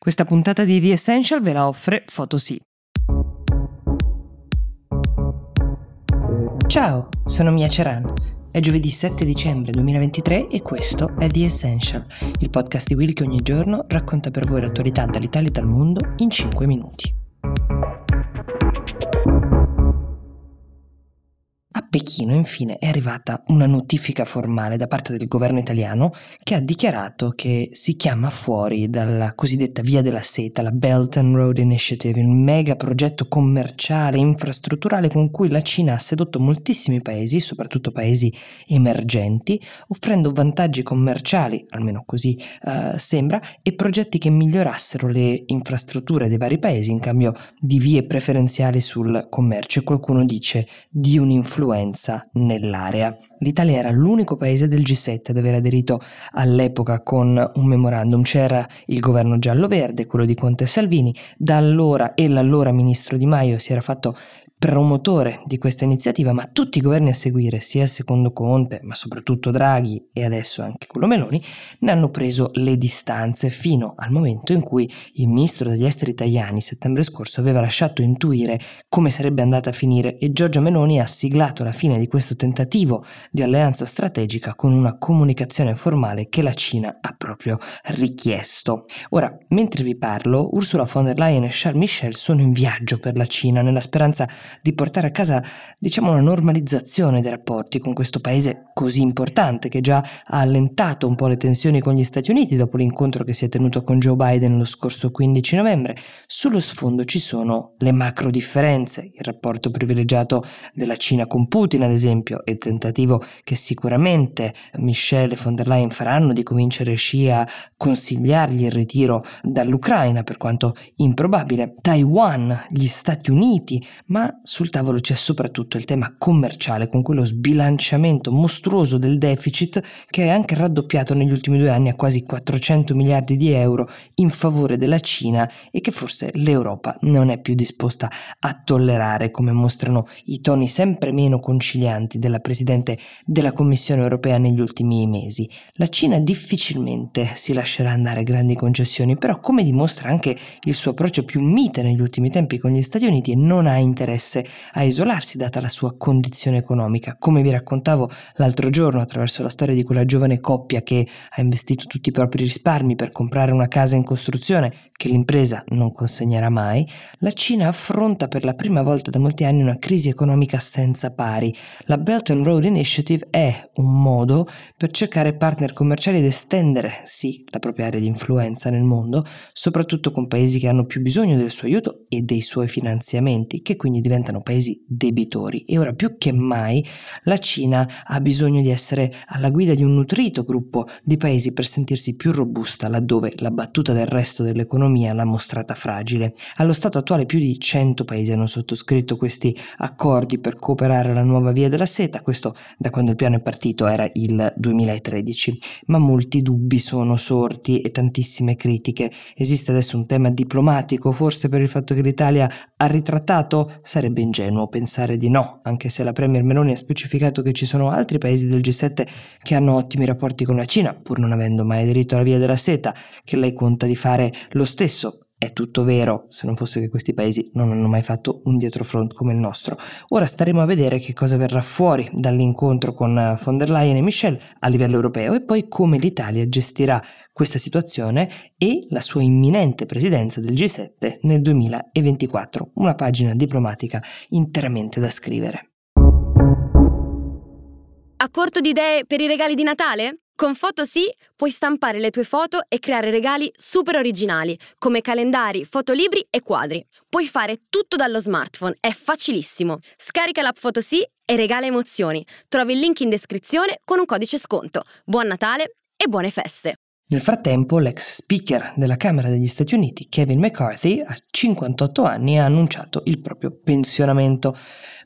Questa puntata di The Essential ve la offre Photosea. Ciao, sono Mia Ceran. È giovedì 7 dicembre 2023 e questo è The Essential, il podcast di Will che ogni giorno racconta per voi l'attualità dall'Italia e dal mondo in 5 minuti. A Pechino, infine, è arrivata una notifica formale da parte del governo italiano che ha dichiarato che si chiama fuori dalla cosiddetta Via della Seta, la Belt and Road Initiative, il mega progetto commerciale e infrastrutturale con cui la Cina ha sedotto moltissimi paesi, soprattutto paesi emergenti, offrendo vantaggi commerciali, almeno così sembra, e progetti che migliorassero le infrastrutture dei vari paesi in cambio di vie preferenziali sul commercio e qualcuno dice di un'influenza nell'area. L'Italia era l'unico paese del G7 ad aver aderito all'epoca con un memorandum. C'era il governo giallo-verde, quello di Conte e Salvini, da allora e l'allora ministro Di Maio si era fatto promotore di questa iniziativa, ma tutti i governi a seguire, sia il secondo Conte, ma soprattutto Draghi e adesso anche quello Meloni, ne hanno preso le distanze fino al momento in cui il ministro degli esteri Tajani, settembre scorso, aveva lasciato intuire come sarebbe andata a finire e Giorgia Meloni ha siglato la fine di questo tentativo di alleanza strategica con una comunicazione formale che la Cina ha proprio richiesto. Ora, mentre vi parlo, Ursula von der Leyen e Charles Michel sono in viaggio per la Cina nella speranza di portare a casa, una normalizzazione dei rapporti con questo paese così importante che già ha allentato un po' le tensioni con gli Stati Uniti dopo l'incontro che si è tenuto con Joe Biden lo scorso 15 novembre. Sullo sfondo ci sono le macro differenze, il rapporto privilegiato della Cina con Putin ad esempio e il tentativo che sicuramente Michel e von der Leyen faranno di convincere Xi a consigliargli il ritiro dall'Ucraina per quanto improbabile, Taiwan, gli Stati Uniti, ma sul tavolo c'è soprattutto il tema commerciale con quello sbilanciamento mostruoso del deficit che è anche raddoppiato negli ultimi 2 anni a quasi 400 miliardi di euro in favore della Cina e che forse l'Europa non è più disposta a tollerare, come mostrano i toni sempre meno concilianti della Presidente della Commissione europea negli ultimi mesi. La Cina difficilmente si lascerà andare grandi concessioni, però come dimostra anche il suo approccio più mite negli ultimi tempi con gli Stati Uniti, non ha interesse a isolarsi data la sua condizione economica. Come vi raccontavo l'altro giorno attraverso la storia di quella giovane coppia che ha investito tutti i propri risparmi per comprare una casa in costruzione che l'impresa non consegnerà mai, la Cina affronta per la prima volta da molti anni una crisi economica senza pari. La Belt and Road Initiative è un modo per cercare partner commerciali ed estendere, sì, la propria area di influenza nel mondo, soprattutto con paesi che hanno più bisogno del suo aiuto e dei suoi finanziamenti, che quindi diventano paesi debitori. E ora più che mai la Cina ha bisogno di essere alla guida di un nutrito gruppo di paesi per sentirsi più robusta laddove la battuta del resto dell'economia l'ha mostrata fragile. Allo stato attuale più di 100 paesi hanno sottoscritto questi accordi per cooperare alla nuova Via della Seta, questo da quando il piano è partito era il 2013, ma molti dubbi sono sorti e tantissime critiche. Esiste adesso un tema diplomatico, forse per il fatto che l'Italia ha ritrattato? Sarebbe ingenuo pensare di no, anche se la Premier Meloni ha specificato che ci sono altri paesi del G7 che hanno ottimi rapporti con la Cina, pur non avendo mai aderito alla Via della Seta, che lei conta di fare lo stesso. È tutto vero, se non fosse che questi paesi non hanno mai fatto un dietrofront come il nostro. Ora staremo a vedere che cosa verrà fuori dall'incontro con von der Leyen e Michel a livello europeo e poi come l'Italia gestirà questa situazione e la sua imminente presidenza del G7 nel 2024. Una pagina diplomatica interamente da scrivere. A corto di idee per i regali di Natale? Con Photosea puoi stampare le tue foto e creare regali super originali, come calendari, fotolibri e quadri. Puoi fare tutto dallo smartphone, è facilissimo. Scarica l'app Photosea e regala emozioni. Trovi il link in descrizione con un codice sconto. Buon Natale e buone feste! Nel frattempo, l'ex speaker della Camera degli Stati Uniti, Kevin McCarthy, a 58 anni, ha annunciato il proprio pensionamento.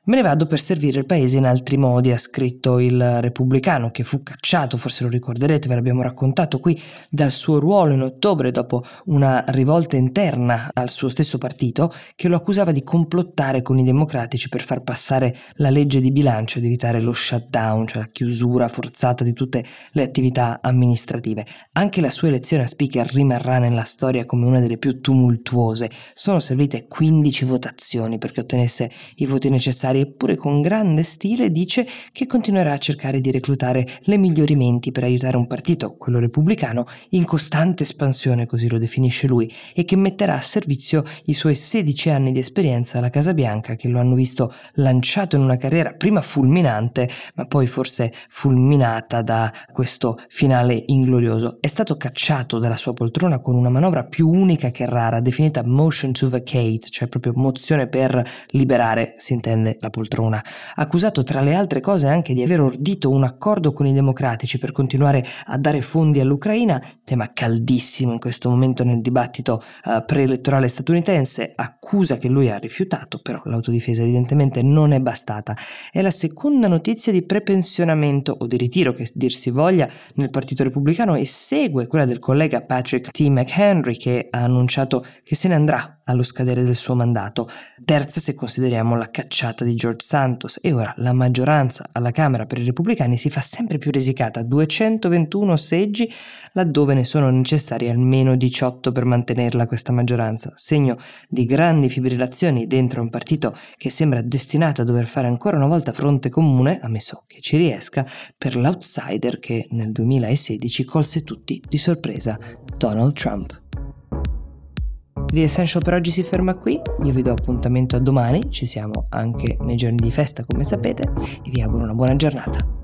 Me ne vado per servire il paese in altri modi, ha scritto il repubblicano, che fu cacciato, forse lo ricorderete, ve l'abbiamo raccontato qui, dal suo ruolo in ottobre dopo una rivolta interna al suo stesso partito che lo accusava di complottare con i democratici per far passare la legge di bilancio ed evitare lo shutdown, cioè la chiusura forzata di tutte le attività amministrative. Anche la sua elezione a speaker rimarrà nella storia come una delle più tumultuose. Sono servite 15 votazioni perché ottenesse i voti necessari, eppure con grande stile dice che continuerà a cercare di reclutare le migliori menti per aiutare un partito, quello repubblicano, in costante espansione, così lo definisce lui, e che metterà a servizio i suoi 16 anni di esperienza alla Casa Bianca, che lo hanno visto lanciato in una carriera prima fulminante, ma poi forse fulminata da questo finale inglorioso. È stato cacciato dalla sua poltrona con una manovra più unica che rara, definita motion to vacate, cioè proprio mozione per liberare, si intende, la poltrona, accusato tra le altre cose anche di aver ordito un accordo con i democratici per continuare a dare fondi all'Ucraina, tema caldissimo in questo momento nel dibattito preelettorale statunitense, accusa che lui ha rifiutato, però l'autodifesa evidentemente non è bastata. È la seconda notizia di prepensionamento o di ritiro, che dir si voglia, nel Partito Repubblicano, e segue quella del collega Patrick T. McHenry, che ha annunciato che se ne andrà allo scadere del suo mandato. Terza se consideriamo la cacciata di George Santos, e ora la maggioranza alla Camera per i repubblicani si fa sempre più risicata, 221 seggi laddove ne sono necessari almeno 18 per mantenerla questa maggioranza, segno di grandi fibrillazioni dentro un partito che sembra destinato a dover fare ancora una volta fronte comune, ammesso che ci riesca, per l'outsider che nel 2016 colse tutti di sorpresa, Donald Trump. The Essential per oggi si ferma qui, io vi do appuntamento a domani, ci siamo anche nei giorni di festa come sapete, e vi auguro una buona giornata.